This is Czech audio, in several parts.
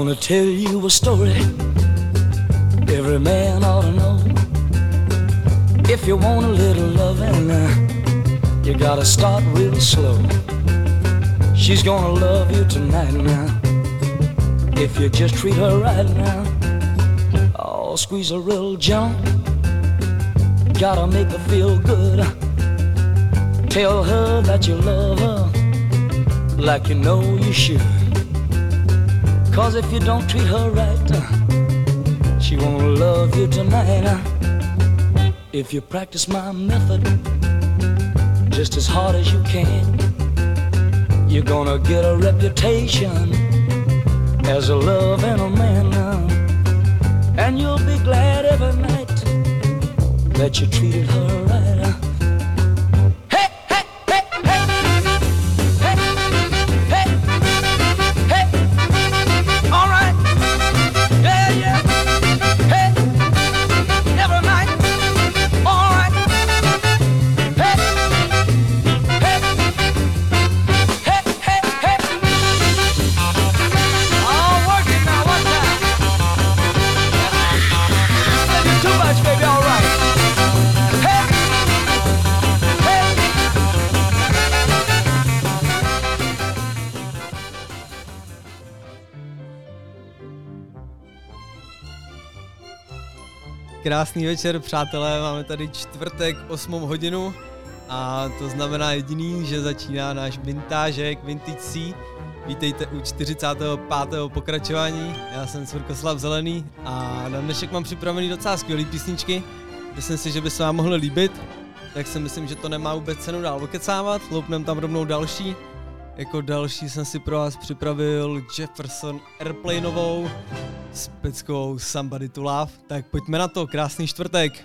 gonna tell you a story every man ought to know. If you want a little loving, you gotta start real slow. She's gonna love you tonight now, if you just treat her right now. Oh, squeeze her real gentle, gotta make her feel good. Tell her that you love her like you know you should. 'Cause if you don't treat her right, she won't love you tonight. If you practice my method just as hard as you can, you're gonna get a reputation as a loving a man. And you'll be glad every night that you treated her right. Krásný večer, přátelé, máme tady čtvrtek 8 hodinu a to znamená jediný, že začíná náš vintážek, Vintage C. Vítejte u 45. pokračování, já jsem Svrkoslav Zelený a na dnešek mám připravený docela skvělý písničky. Myslím si, že by se vám mohly líbit, tak si myslím, že to nemá vůbec cenu dál okecávat, loupnem tam rovnou další. Jako další jsem si pro vás připravil Jefferson Airplaneovou s peckou Somebody to Love. Tak pojďme na to, krásný čtvrtek.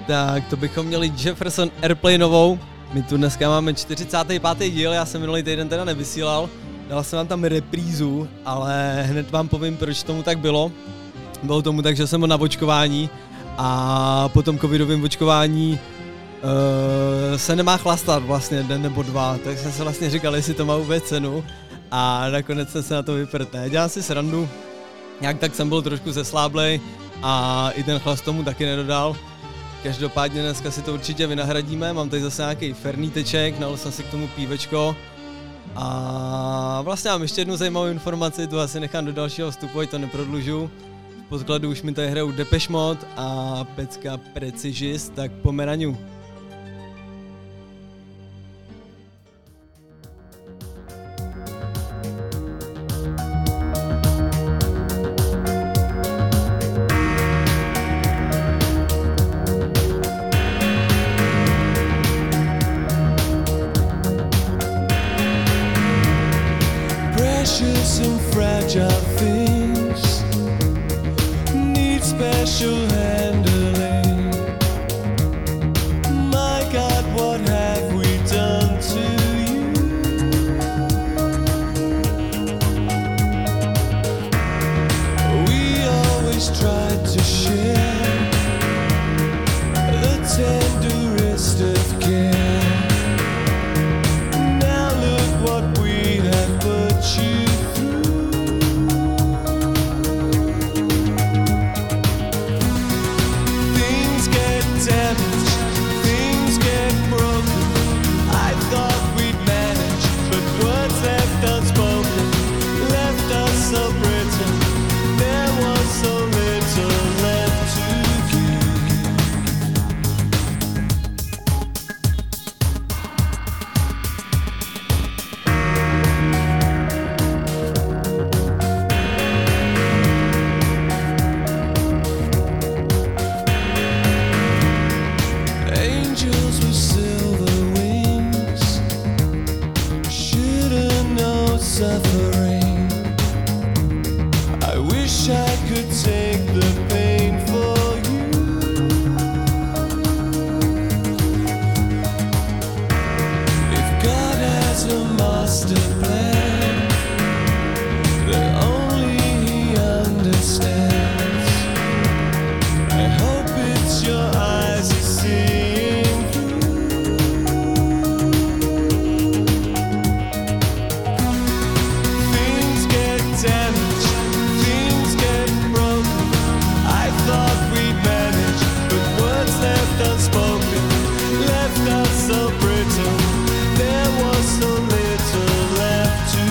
Tak to bychom měli Jefferson Airplaneovou. My tu dneska máme 45. díl, já jsem minulý týden teda nevysílal. Dal jsem vám tam reprízu, ale hned vám povím, proč tomu tak bylo. Bylo tomu tak, že jsem byl na očkování a po tom covidovém očkování se nemá chlastat vlastně den nebo dva, tak jsem se vlastně říkal, jestli to má vůbec cenu a nakonec jsem se na to vyprt. Dělám si srandu, nějak tak jsem byl trošku zesláblej a i ten chlast tomu taky nedodal. Každopádně dneska si to určitě vynahradíme, mám tady zase nějaký ferníteček, nalil jsem si k tomu pívečko a vlastně mám ještě jednu zajímavou informaci, tu asi nechám do dalšího vstupu, ať to neprodlužu. V podkladu už mi tady hrajou Depeche Mode a pecka Precision, tak Pomeraňu. And fragile things need special handling. My God, what have we done to you? We always tried to share the tenderest of care. Now look what we have put you. Suffering. I wish I could take the pain for you. If God has a master plan that only He understands, I hope it's your eyes are seeing through. Damage, things get broken. I thought we'd manage, but words left unspoken left us so brittle. There was so little left to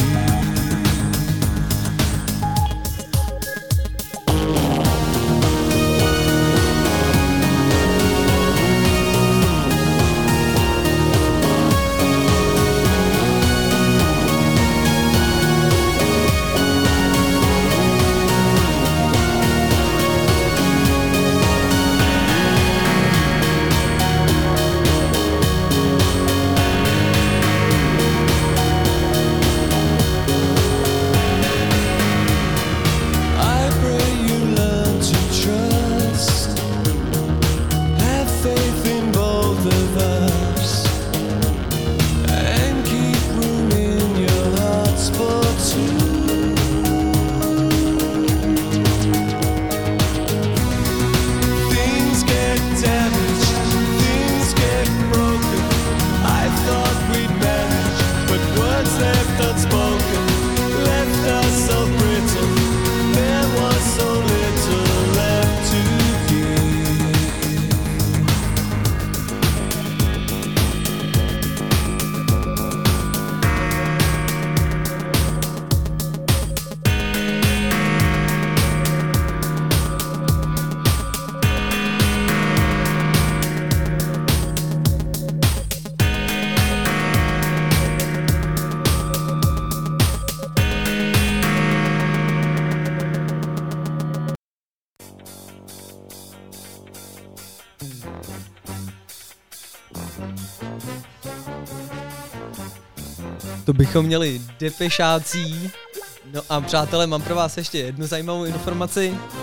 To bychom měli Depešácí. No a přátelé, mám pro vás ještě jednu zajímavou informaci.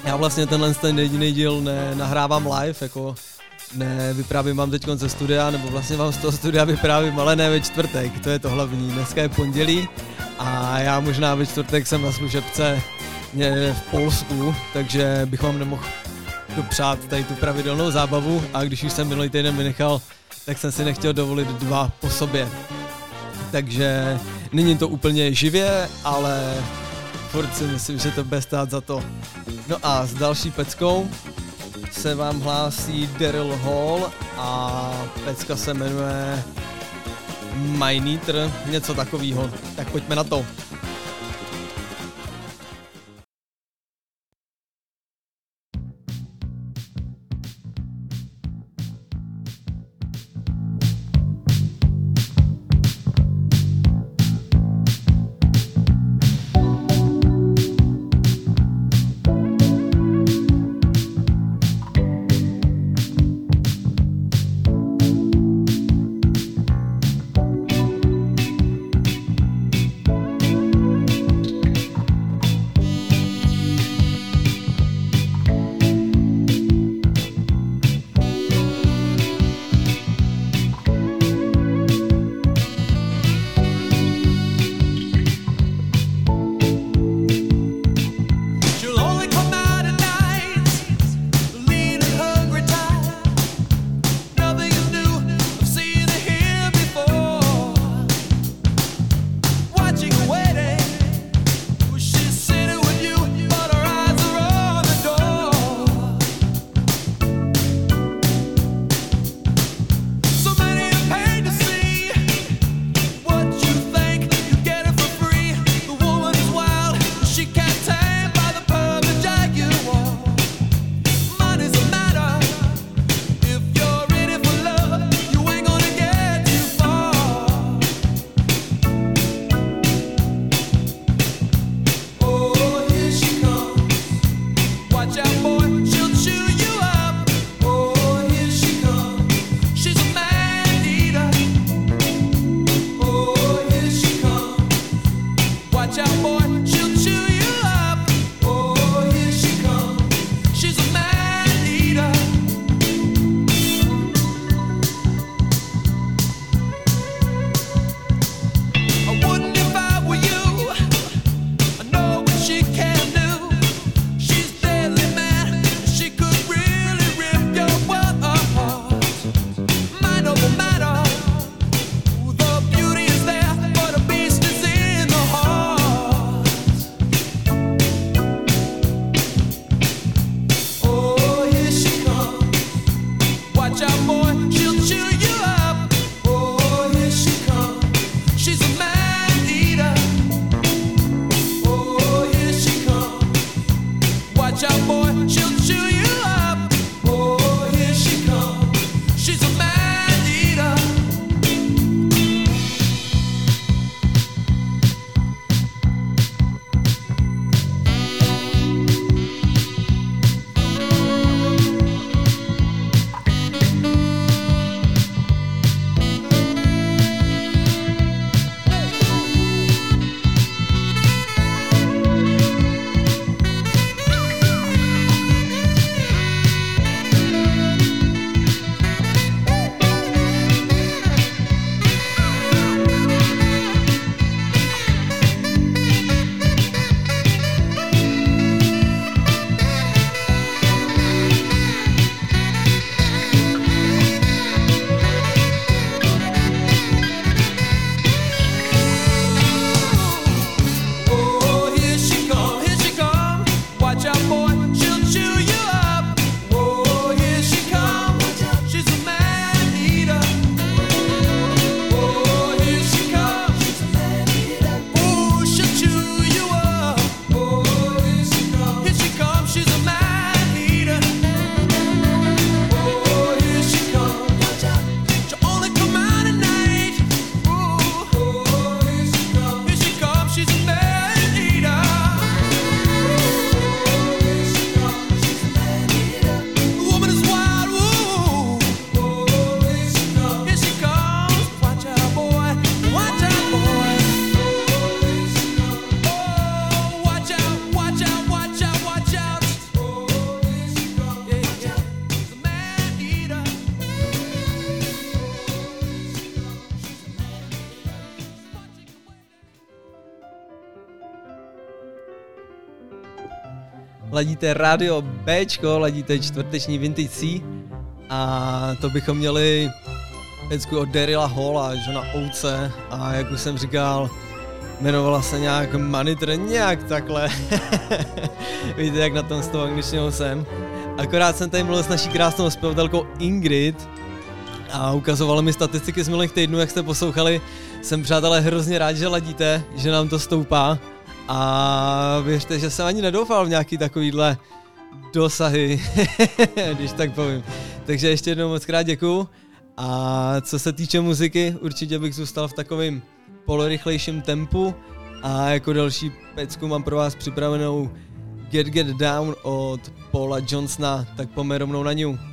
Já vlastně ten jediný díl nahrávám live, jako nevyprávím vám teď ze studia, nebo vlastně vám z toho studia vyprávím, ale ne ve čtvrtek, to je to hlavní. Dneska je pondělí a já možná ve čtvrtek jsem na služebce v Polsku, takže bych vám nemohl dopřát tady tu pravidelnou zábavu a když už jsem minulý týden vynechal, tak jsem si nechtěl dovolit 2 po sobě. Takže není to úplně živě, ale furt si myslím, že to bude stát za to. No a s další peckou se vám hlásí Daryl Hall a pecka se jmenuje Mind Eater, něco takového. Tak pojďme na to. ladíte rádio Bčko, ladíte čtvrteční Vintage C a to bychom měli pecku od Daryla Halla, Johna Oatese a jak už jsem říkal, jmenovala se nějak Monitor, nějak takhle. Víte, jak na tom s tou angličtinou jsem. Akorát jsem tady mluvil s naší krásnou zpěvatelkou Ingrid a ukazovala mi statistiky z minulých týdnů, jak jste poslouchali. Jsem, přátelé, hrozně rád, že ladíte, že nám to stoupá a věřte, že jsem ani nedoufal v nějaký takovýhle dosahy, když tak povím. Takže ještě jednou moc krát děkuju a co se týče muziky, určitě bych zůstal v takovém polorychlejším tempu a jako další pecku mám pro vás připravenou Get Down od Paula Johnsona, tak pojďme rovnou na ní.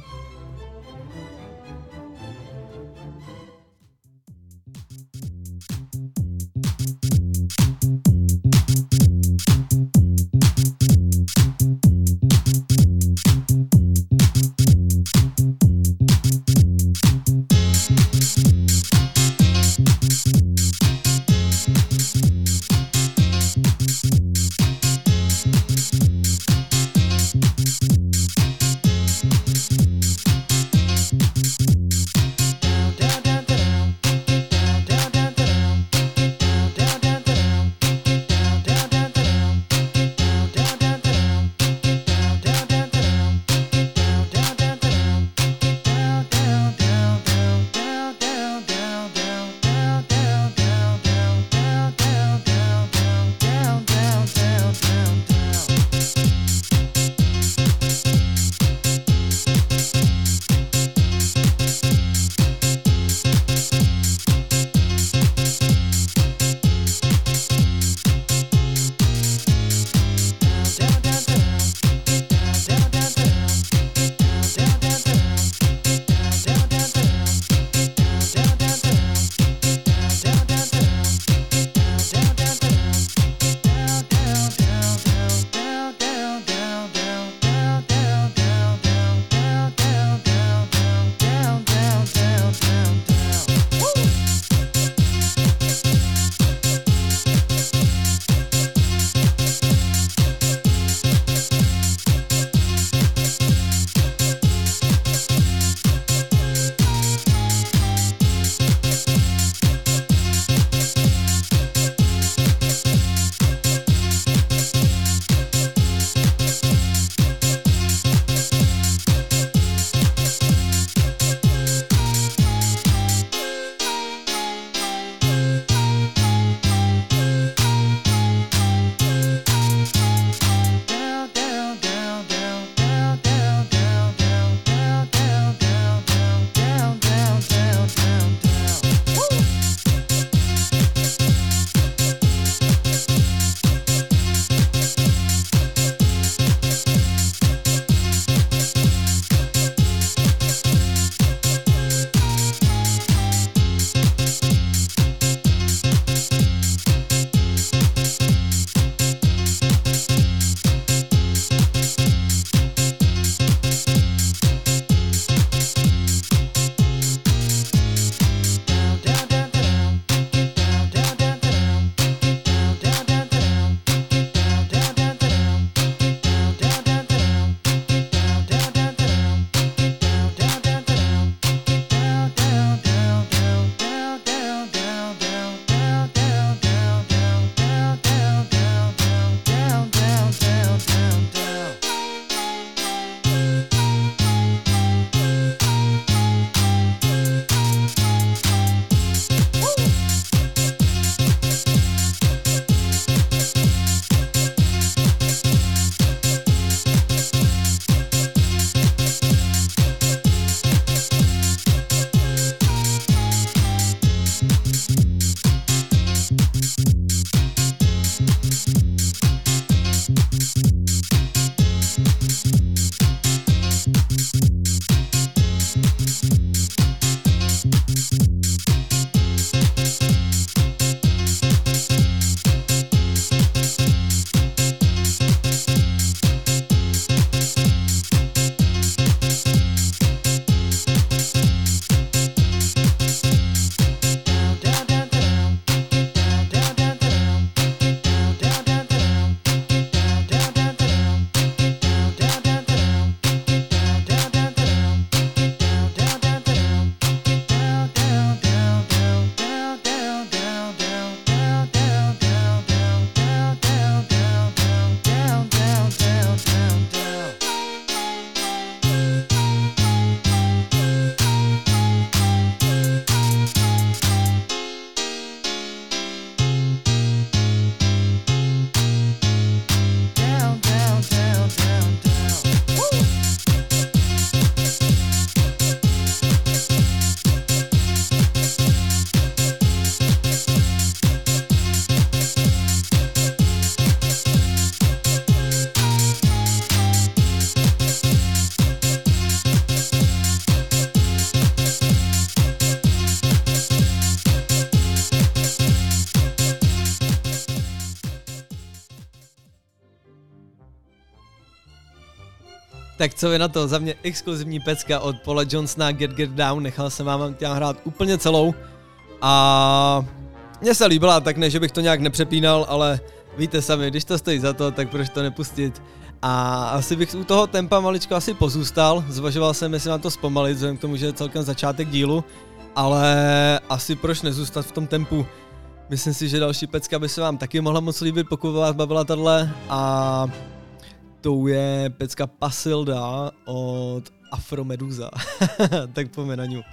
Tak co je na to? Za mě exkluzivní pecka od Paula Johnsona Get Down, nechal jsem vám tam hrát úplně celou a mně se líbila, tak ne, že bych to nějak nepřepínal, ale víte sami, když to stojí za to, tak proč to nepustit. A asi bych u toho tempa maličko asi pozůstal, zvažoval jsem, jestli mám to zpomalit, vzhledem k tomu, že je celkem začátek dílu, ale asi proč nezůstat v tom tempu. Myslím si, že další pecka by se vám taky mohla moc líbit, pokud vás bavila tahle, a tou je pecka Pasilda od Afromedusa. Tak pojďme na ňu.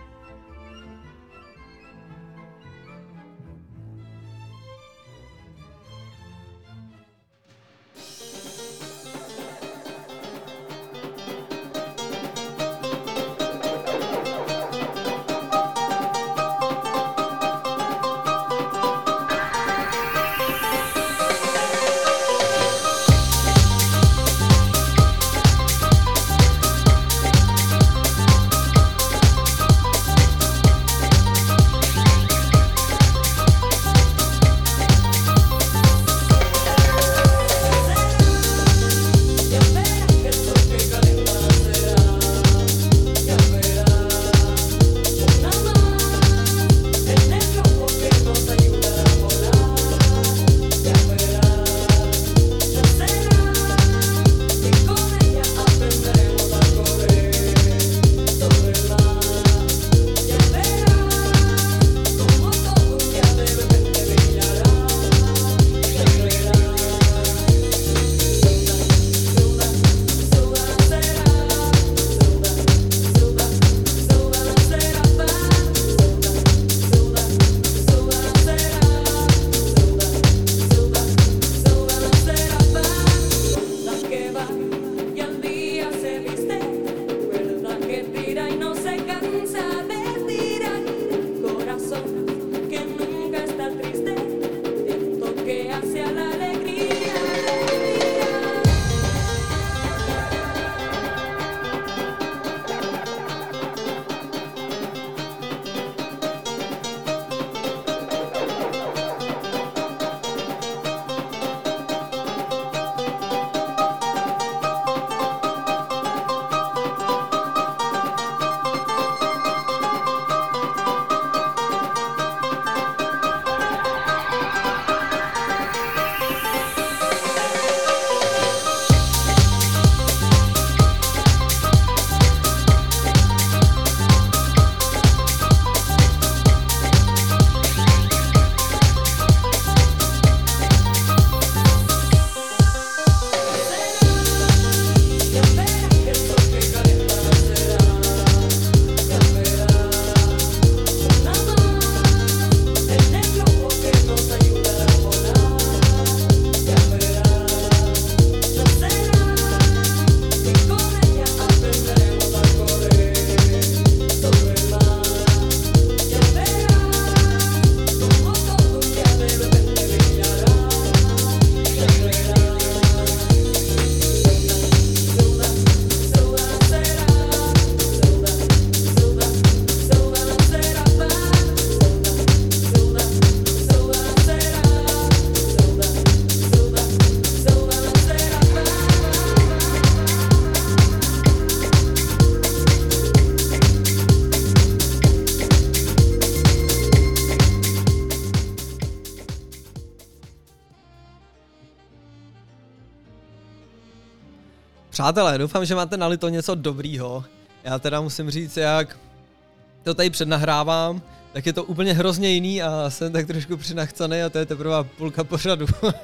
Přátelé, doufám, že máte nalito něco dobrýho. Já teda musím říct, jak to tady přednahrávám, tak je to úplně hrozně jiný a jsem tak trošku přinachcanej a to je teprve půlka pořadu.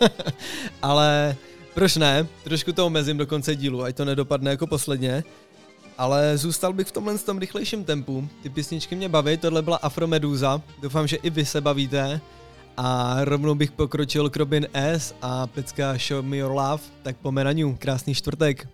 Ale proč ne? Trošku to omezím do konce dílu, ať to nedopadne jako posledně. Ale zůstal bych v tomhle tom rychlejším tempu. Ty písničky mě baví, tohle byla Afromedusa. Doufám, že i vy se bavíte. A rovnou bych pokročil k Robin S. a pecka Show Me Your Love. Tak po Menaniu, krásný čtvrtek.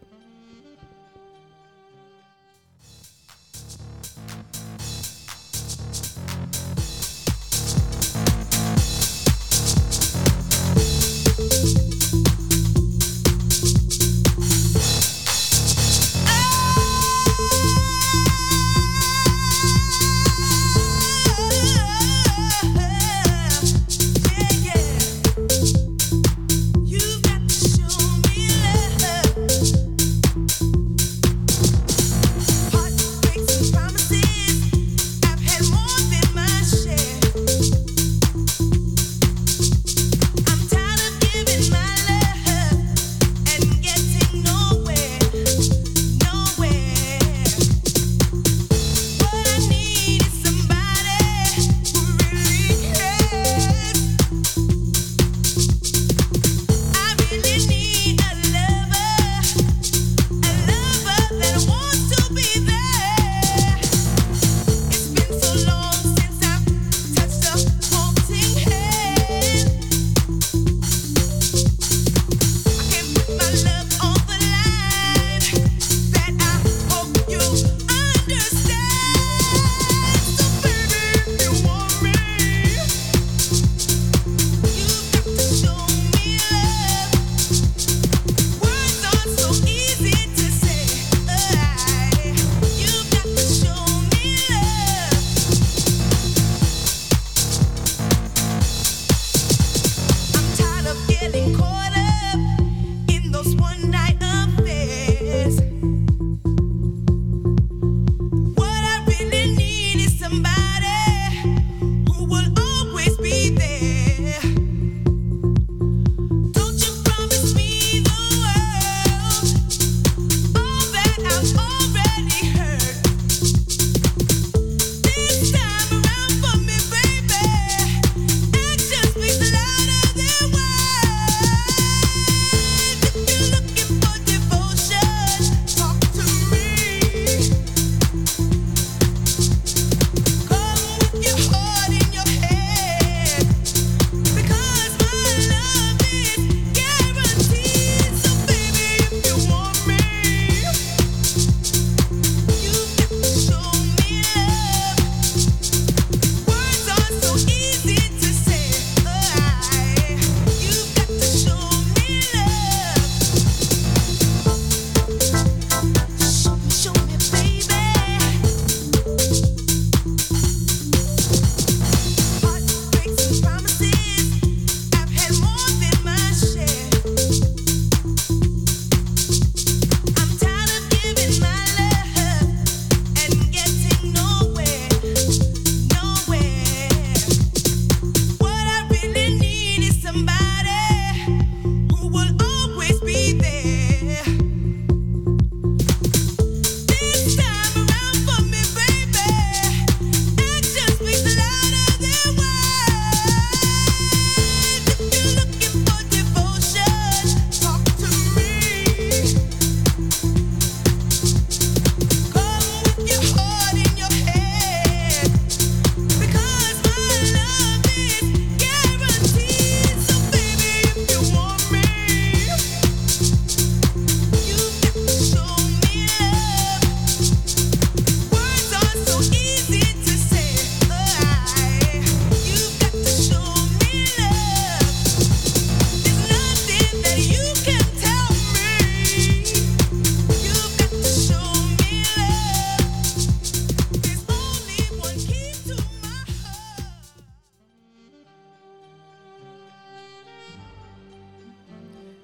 You've got to show me love.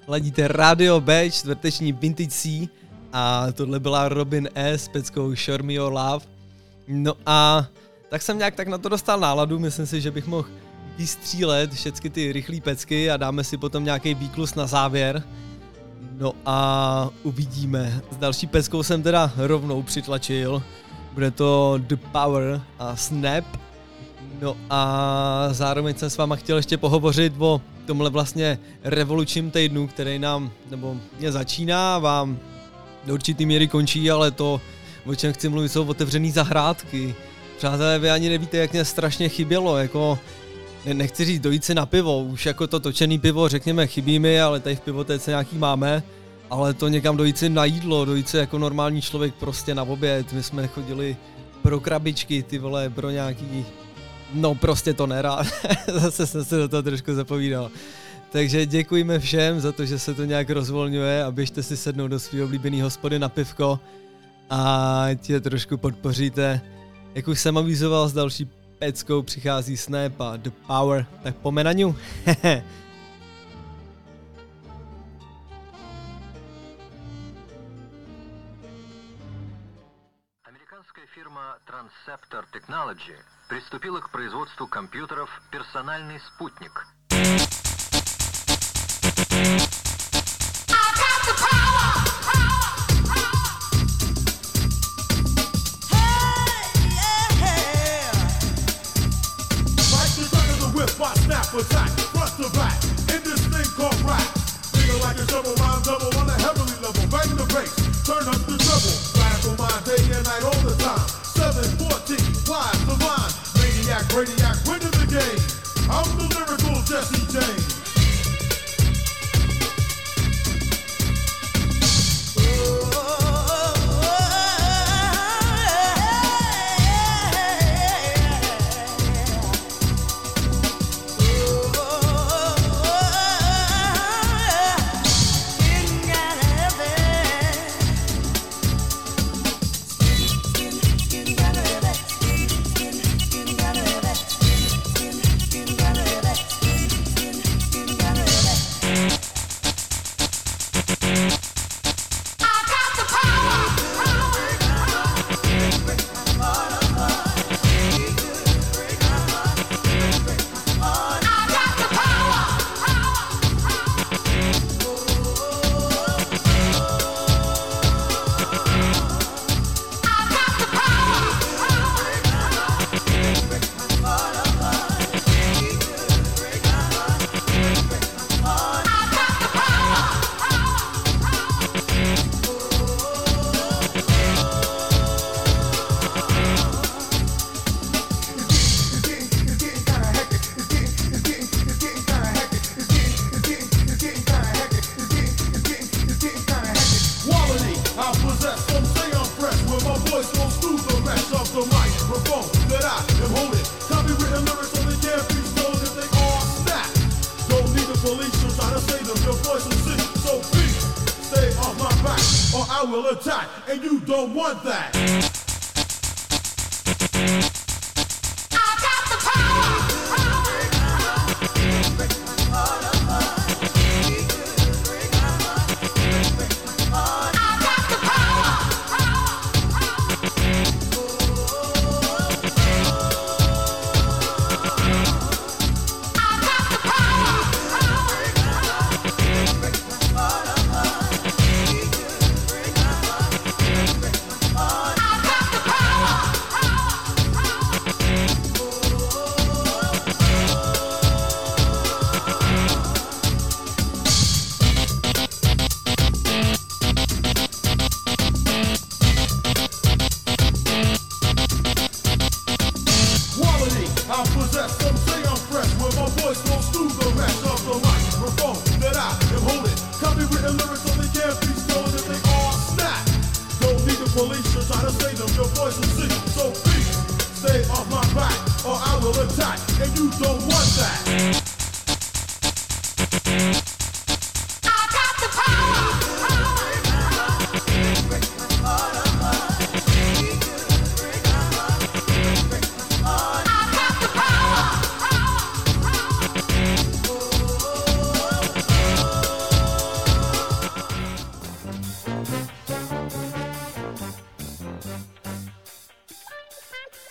ladíte Radio B, čtvrteční Vintage C a tohle byla Robin S s peckou Show Me Your Love. No a tak jsem nějak tak na to dostal náladu, myslím si, že bych mohl vystřílet všechny ty rychlé pecky a dáme si potom nějaký výklus na závěr. No a uvidíme. S další peckou jsem teda rovnou přitlačil. Bude to The Power a Snap. No a zároveň jsem s váma chtěl ještě pohovořit o tomhle vlastně revolučním týdnu, který nám, nebo mě začíná, vám do určitý míry končí, ale to, o čem chci mluvit, jsou otevřený zahrádky. Přátelé, vy ani nevíte, jak mě strašně chybělo, jako nechci říct dojít si na pivo, už jako to točený pivo, řekněme, chybí mi, ale tady v pivotéce nějaký máme, ale to někam dojít si na jídlo, dojít si jako normální člověk prostě na oběd, my jsme chodili pro krabičky, ty vole, pro nějaký, no prostě to nerád, zase jsem se do toho trošku zapovídal. Takže děkujeme všem za to, že se to nějak rozvolňuje a běžte si sednout do svého oblíbeného hospody na pivko a tě trošku podpoříte. Jak už jsem avizoval, s další peckou přichází Snap a The Power, tak pome na ňu. Американская фирма Transceptor Technology приступила к производству компьютеров «Персональный спутник». Attack, front to back, in this thing called rap. Feel like a double rhyme double on a heavenly level. Bang the bass, turn up the treble. Radical mind day and night all the time. 714, flies the line. Maniac, radiac, winning the game. I'm the lyrical Jesse James. Attack, and you don't want that.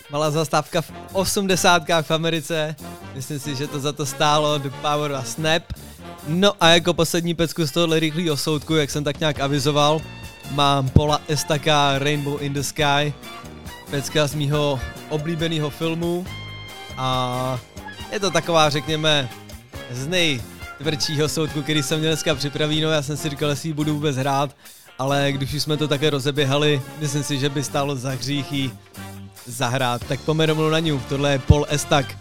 malá zastávka v 80kách v Americe. Myslím si, že to za to stálo, The Power a Snap. No a jako poslední pecku z tohohle rychlého soudku, jak jsem tak nějak avizoval, mám Paula Estaka, Rainbow in the Sky, pecka z mýho oblíbeného filmu a je to taková, řekněme, z nejtvrdšího soudku, který jsem měl dneska připravený. No já jsem si říkal, jestli ji budu vůbec hrát, ale když už jsme to také rozeběhali, myslím si, že by stálo za hřích jí zahrát. Tak pojďme rovnou na ňu, tohle je Paul Estak.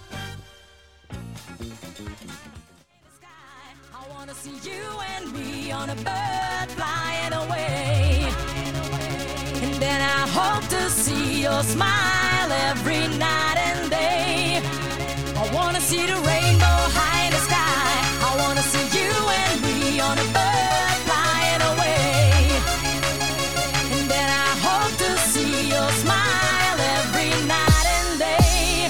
Your smile every night and day. I wanna see the rainbow high in the sky. I wanna see you and me on a bird flying away. And then I hope to see your smile every night and day.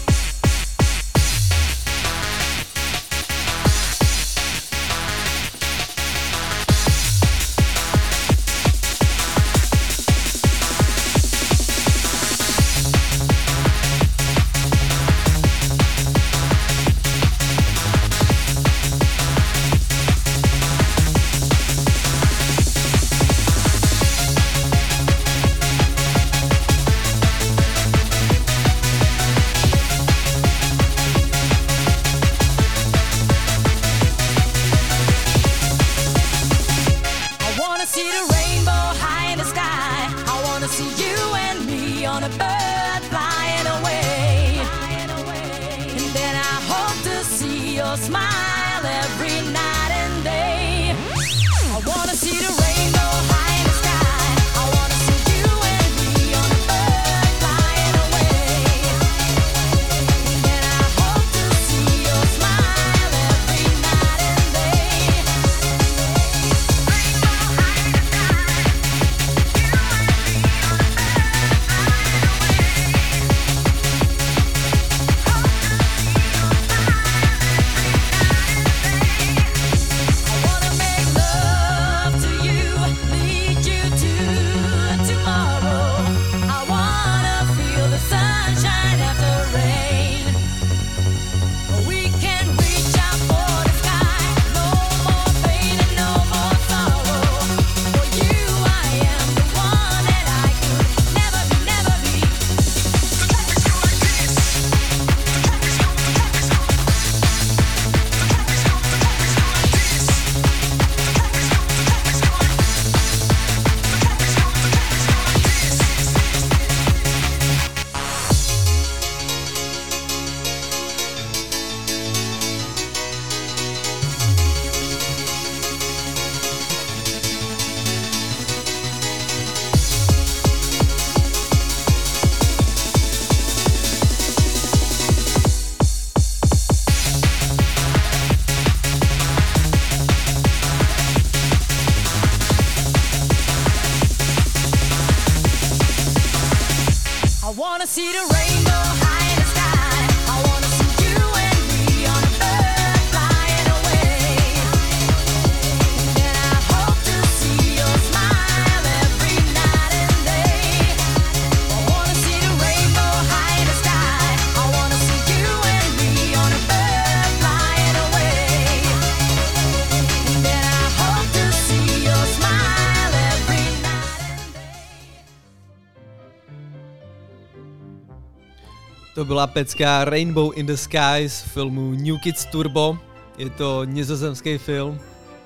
To byla pecka Rainbow in the Sky z filmu New Kids Turbo. Je to nizozemský film.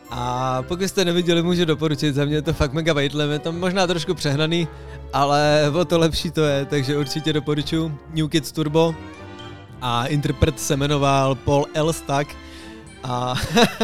A pokud jste neviděli, můžu doporučit, za mě je to fakt mega bejtlem, je to možná trošku přehnaný, ale o to lepší to je, takže určitě doporučuji New Kids Turbo. A interpret se jmenoval Paul Elstak. A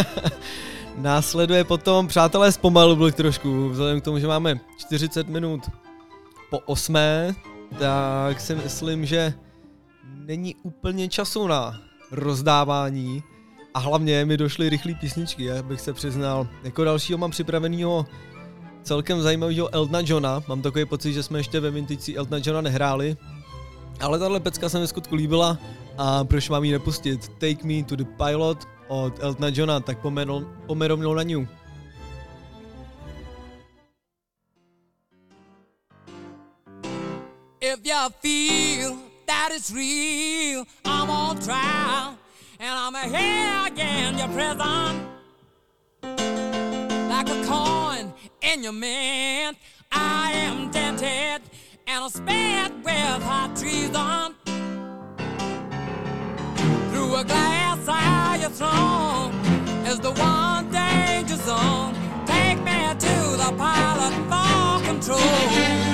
následuje potom, přátelé, zpomalu byl trošku, vzhledem k tomu, že máme 40 minut po 8, tak si myslím, že není úplně času na rozdávání a hlavně mi došly rychlé písničky, já bych se přiznal. Jako dalšího mám připravenýho celkem zajímavého Eltona Johna, mám takový pocit, že jsme ještě ve vintage Eltona Johna nehráli, ale tahle pecka se mi skutku líbila a proč mám ji nepustit? Take Me to the Pilot od Eltona Johna, tak pojďme rovnou na ňu. If you feel that it's real. I'm on trial, and I'm here again, your prison. Like a coin in your mint, I am dented and I'm spared with hot treason. Through a glass eye you thrown is the one danger zone. Take me to the pilot for control.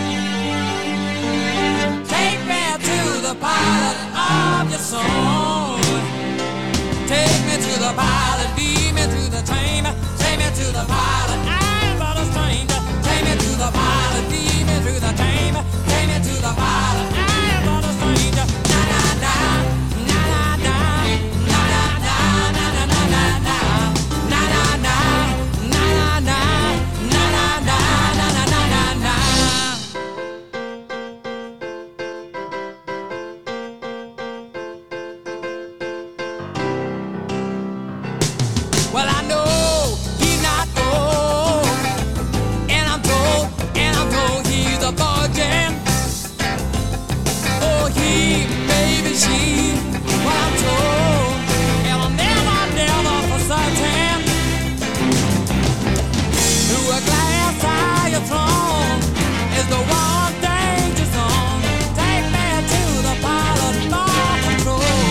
Take me to the pilot of your soul. Take me to the pilot, lead me to the chamber. Take me to the pilot, I'm but a stranger. Take me to the pilot, lead me to the chamber. Take me to the pilot, I'm but a stranger. Na na na, na na na, na na na, na na na na, na na na, na na na, na na na, na na na na. Well, I know he's not old, and I'm told he's a virgin. Oh, he, maybe she, well, I'm told, and I'll never for certain. Through a glass eye you're thrown is the one danger zone. Take me to the pilot for control.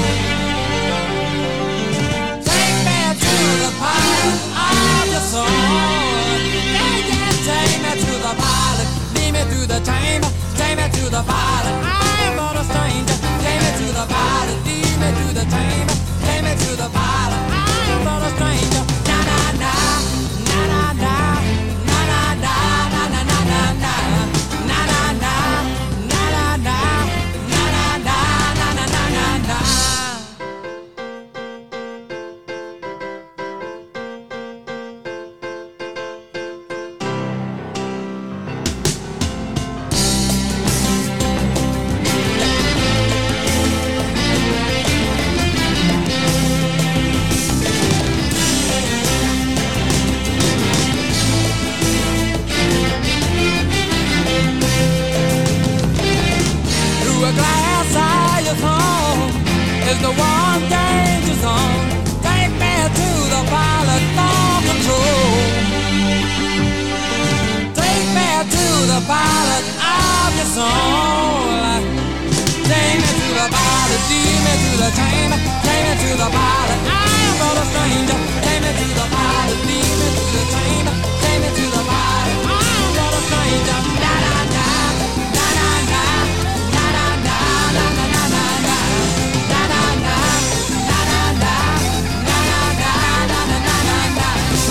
Take me to the pilot of your soul. Yeah, yeah, take me to the pilot, lead me through the chamber. Take me to the pilot, I'm but a stranger. Take me to the pilot, lead me through the chamber. Take me to the pilot, I'm but a stranger. Na na na, na na na, na na na, na na na na na, na na na, na na na, na na na, na na na na. Through a glass eye you thrown is the one danger zone. Take me to the pilot for control. Take me to the pilot of your soul. Take me to the pilot, lead me to the chamber. Take me to the pilot, I'm but a stranger. Take me to the pilot, lead me to the chamber. Take me to the pilot, I'm but a stranger. Na na na, na na na, na na na, na na na na na, na na na, na na na, na na na, na na na na.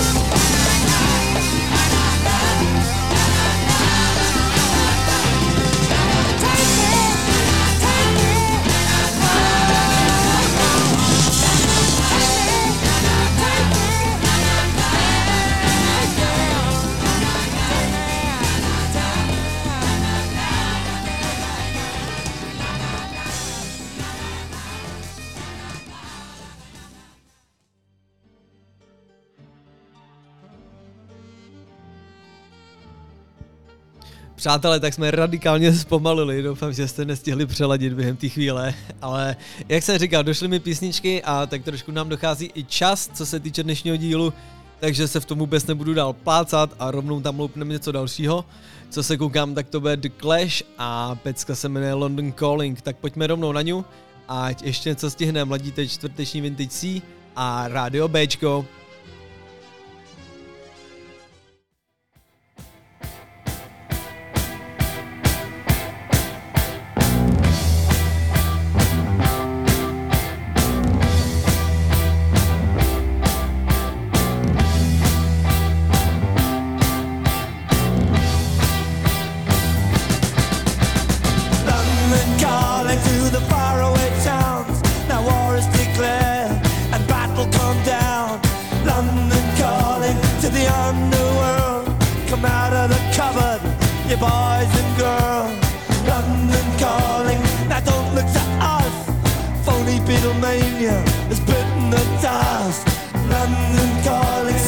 Přátelé, tak jsme radikálně zpomalili, doufám, že jste nestihli přeladit během té chvíle, ale jak jsem říkal, došly mi písničky a tak trošku nám dochází i čas, co se týče dnešního dílu, takže se v tom vůbec nebudu dál plácat a rovnou tam loupneme něco dalšího. Co se koukám, tak to bude The Clash a pecka se jmenuje London Calling, tak pojďme rovnou na ňu, ať ještě něco stihneme, ladíte čtvrteční Vintage C a Rádio Bčko.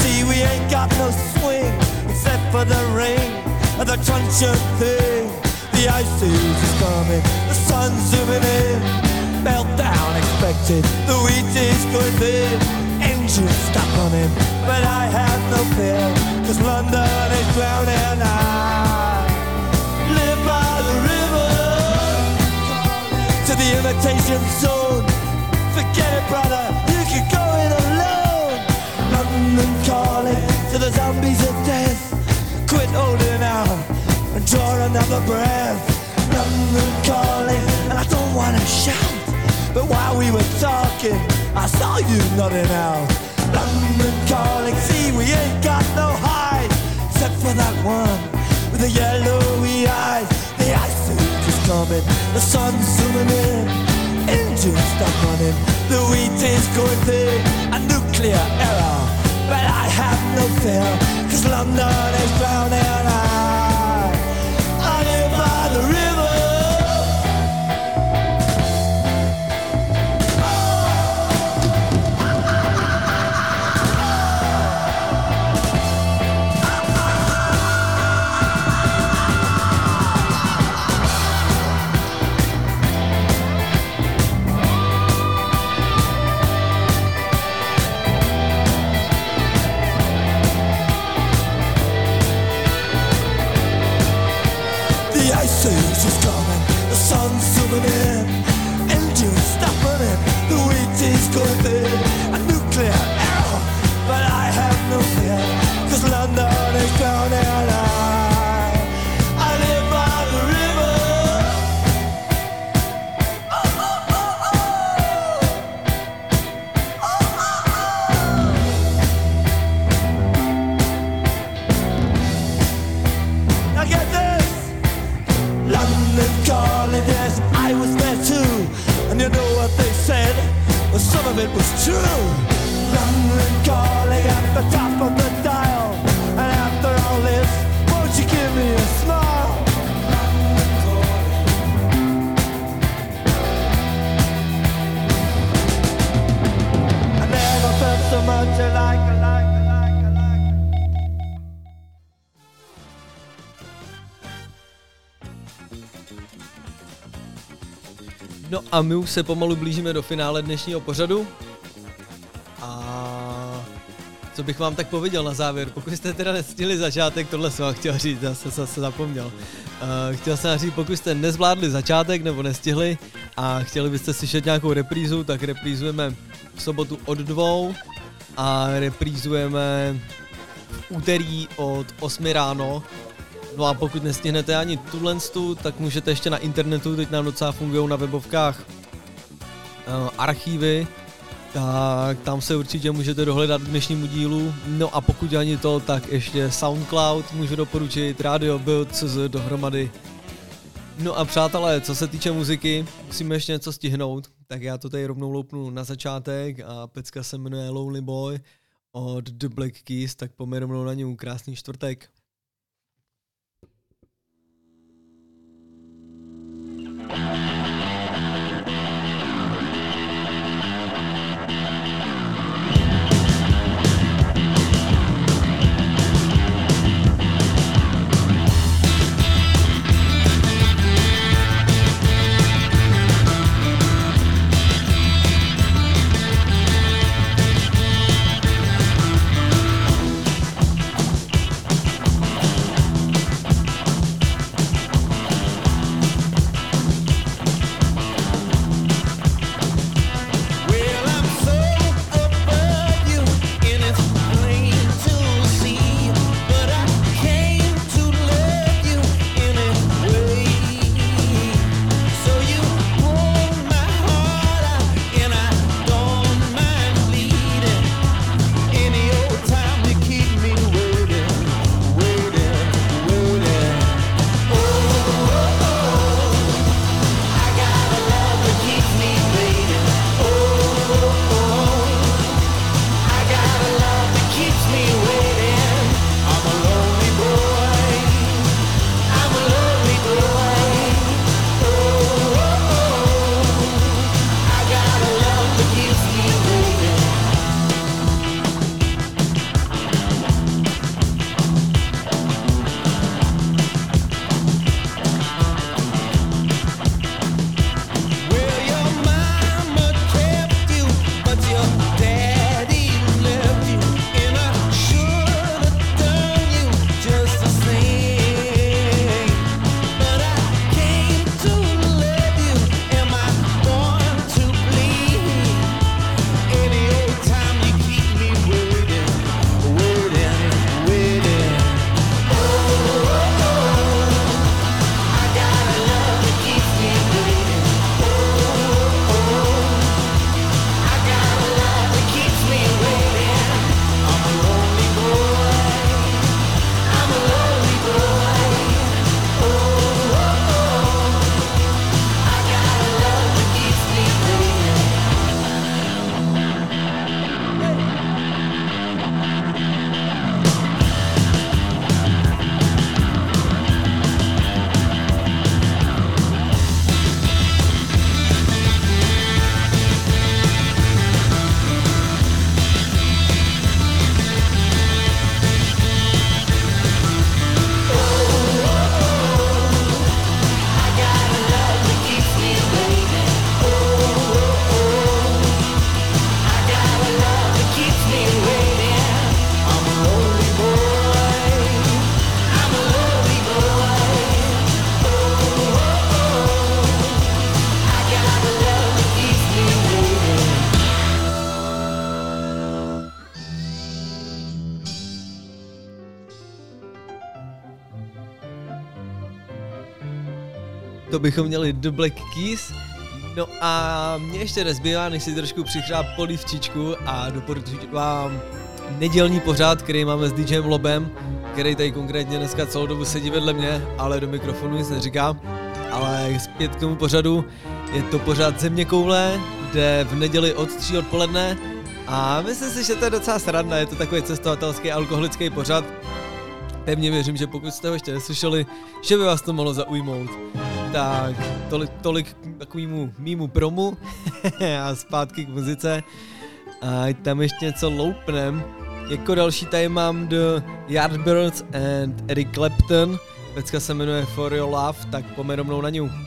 the truncheon thing. The ice age is coming, the sun's zooming in. Meltdown expected, the wheat is going thin. Engines stop running, but I have no fear, 'cause London is drowning. I live by the river, to the imitation zone. Forget it, brother, you can go it alone. London calling to the zombies of death. Quit holding out and draw another breath. London calling, and I don't wanna shout, but while we were talking, I saw you nodding out. London calling, see we ain't got no hide, except for that one with the yellowy eyes. The ice age is coming, the sun's zooming in. Engines stop running, the wheat is going thin. A nuclear error, but I have no fear, 'cause London is drowning. I live by the river. The ice age is coming, the sun's zooming in. Engines stop running, the wheat is going thin. A nuclear error, but I have no fear, 'cause London is drowning. I live by the river. Oh, oh, oh, oh. Oh, oh, oh. Now get this. London calling, yes, I was there too. And you know what they said? Well, some of it was true. London calling at the top of the dial. And after all this, won't you give me a smile? London calling. I never felt so much alike. No a my už se pomalu blížíme do finále dnešního pořadu. A co bych vám tak pověděl na závěr, pokud jste teda nestihli začátek, tohle jsem vám chtěl říct, já jsem zase zapomněl. Chtěl jsem říct, pokud jste nezvládli začátek nebo nestihli a chtěli byste slyšet nějakou reprízu, tak reprízujeme v sobotu od 2 a reprízujeme v úterý od 8 ráno. No a pokud nestihnete ani tuto, tak můžete ještě na internetu, teď nám docela fungují na webovkách archívy, tak tam se určitě můžete dohledat k dnešnímu dílu. No a pokud ani to, tak ještě SoundCloud můžu doporučit, Radio Build.cz dohromady. No a přátelé, co se týče muziky, musíme ještě něco stihnout, tak já to tady rovnou loupnu na začátek a pecka se jmenuje Lonely Boy od The Black Keys, tak pojďme rovnou na něj, krásný čtvrtek. to bychom měli The Black Keys. No a mě ještě nezbývá, než si trošku přichrát polivčičku a doporučit vám nedělní pořád, který máme s DJem Lobem, který tady konkrétně dneska celou dobu sedí vedle mě, ale do mikrofonu nic neříká. Ale zpět k tomu pořadu, je to pořád Země koule, kde v neděli od 3 odpoledne a myslím si, že to je docela sranda, je to takový cestovatelský alkoholický pořad. Pevně věřím, že pokud jste ho ještě neslyšeli, že by vás to mohlo zaujmout. Tak tolik k takovému mýmu promu a zpátky k muzice. A tam ještě něco loupnem. Jako další tady mám The Yardbirds and Eric Clapton. Pecka se jmenuje For Your Love, tak pojďme rovnou na ňu.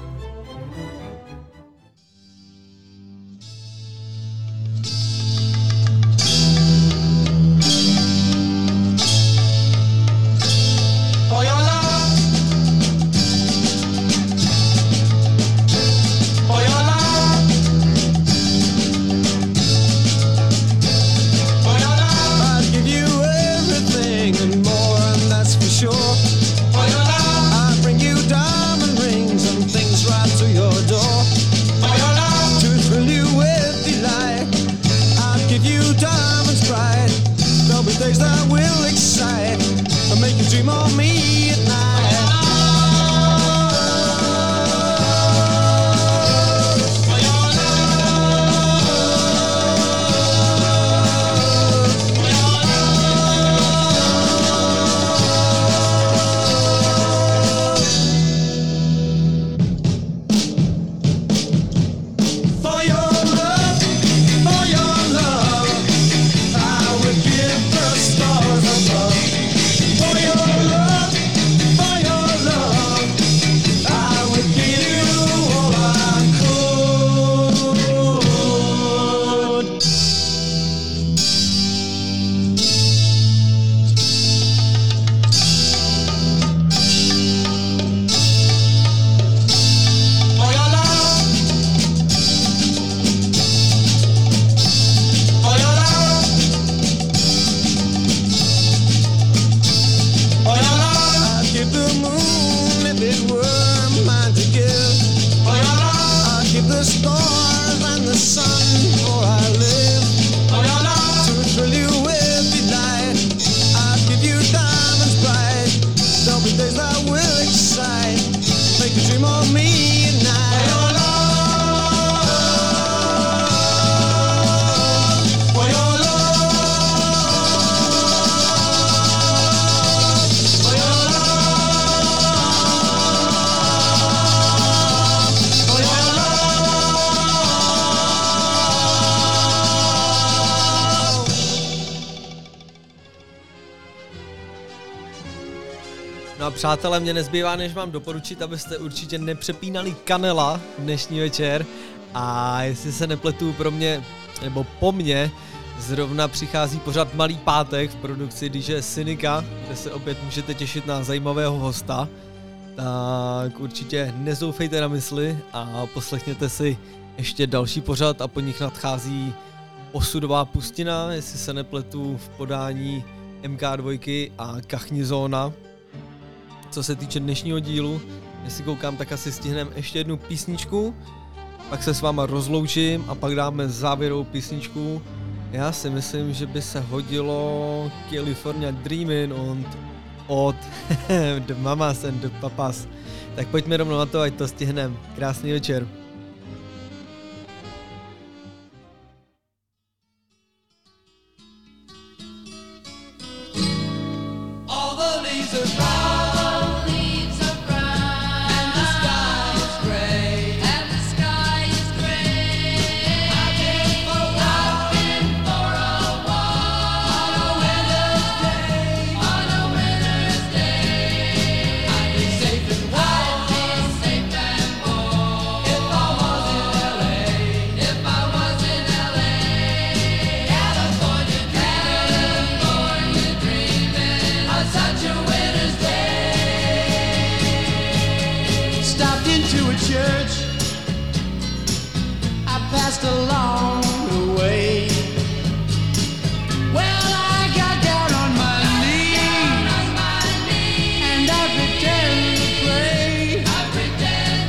No a přátelé, mě nezbývá, než vám doporučit, abyste určitě nepřepínali Kanela dnešní večer. A jestli se nepletu, po mně zrovna přichází pořád Malý pátek v produkci DJ Cynika, kde se opět můžete těšit na zajímavého hosta. Tak určitě nezoufejte na mysli a poslechněte si ještě další pořad a po nich nadchází Osudová pustina, jestli se nepletu, v podání MK2 a Kachni zóna. Co se týče dnešního dílu, jestli koukám, tak asi stihneme ještě jednu písničku, pak se s váma rozloučím a pak dáme závěrovou písničku. Já si myslím, že by se hodilo California Dreamin' od The Mamas and the Papas. Tak pojďme rovnou na to, ať to stihneme. Krásný večer. All the leaves are brown. Along the way, well, I got down on my knees, and I pretend to pray.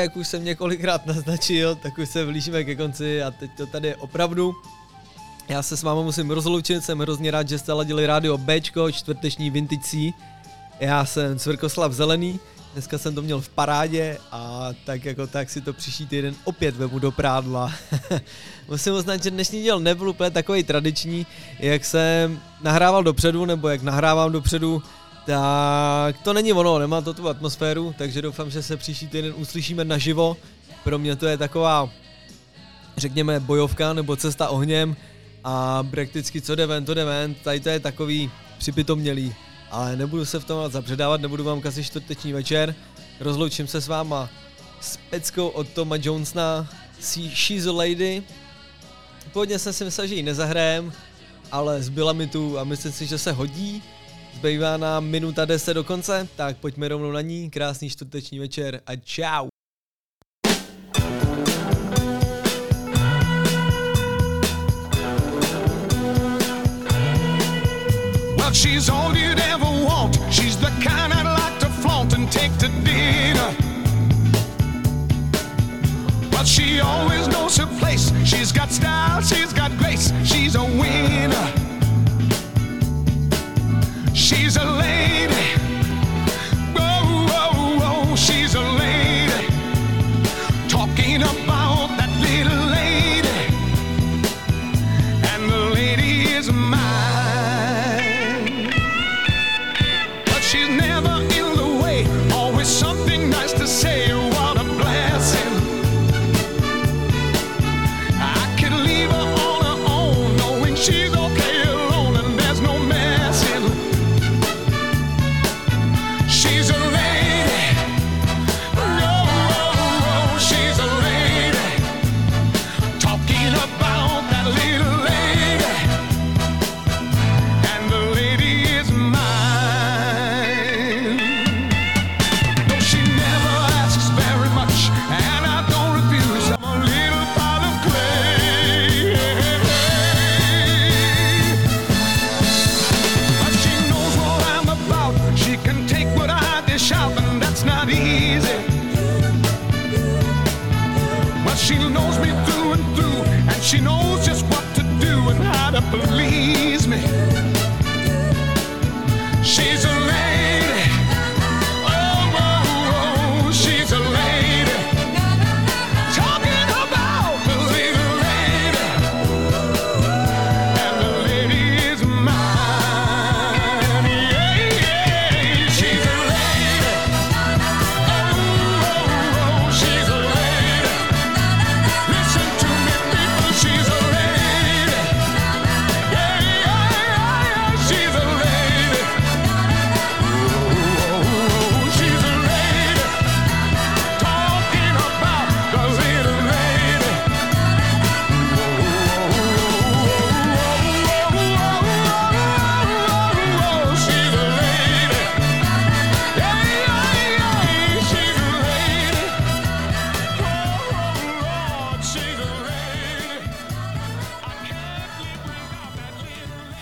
jak už jsem několikrát naznačil, tak už se blížíme ke konci a teď to tady je opravdu. Já se s vámi musím rozloučit, jsem hrozně rád, že jste ladili rádio Bčko, čtvrteční Vintage C. Já jsem Cvrkoslav Zelený, dneska jsem to měl v parádě a tak jako tak si to příští týden opět vemu do prádla. Musím uznat, že dnešní díl nebyl úplně takový tradiční, jak jsem nahrával dopředu, nebo jak nahrávám dopředu, tak to není ono, nemá to tu atmosféru, takže doufám, že se příští týden uslyšíme naživo. Pro mě to je taková, řekněme, bojovka nebo cesta ohněm a prakticky co jde ven, tady to je takový připitomělý. Ale nebudu se v tom zapředávat, nebudu vám kazit čtvrteční večer. Rozloučím se s váma s peckou od Toma Jonesna She's a Lady. Původně jsem si myslel, že ji nezahrajem, ale zbyla mi tu a myslím si, že se hodí. Zbývá nám minuta 10 do konce, tak pojďme rovnou na ní. Krásný čtvrteční večer a čau. Well, she's all you'd ever want. She's the kind I'd like to flaunt and take to dinner. But she always knows her place. She's got style, she's got grace. She's a winner. She's a lady. Oh, oh, oh, she's a lady. Talking about that little lady. And the lady is mine. She's never in the way, always something nice to say, what a blessing. I could leave her on her own, knowing she's okay alone and there's no messing. She's a lady, oh, oh, oh, she's a lady, talking about that little lady, and the lady is mine. She knows me through and through, and she knows just what to do and how to please me. She's a lady.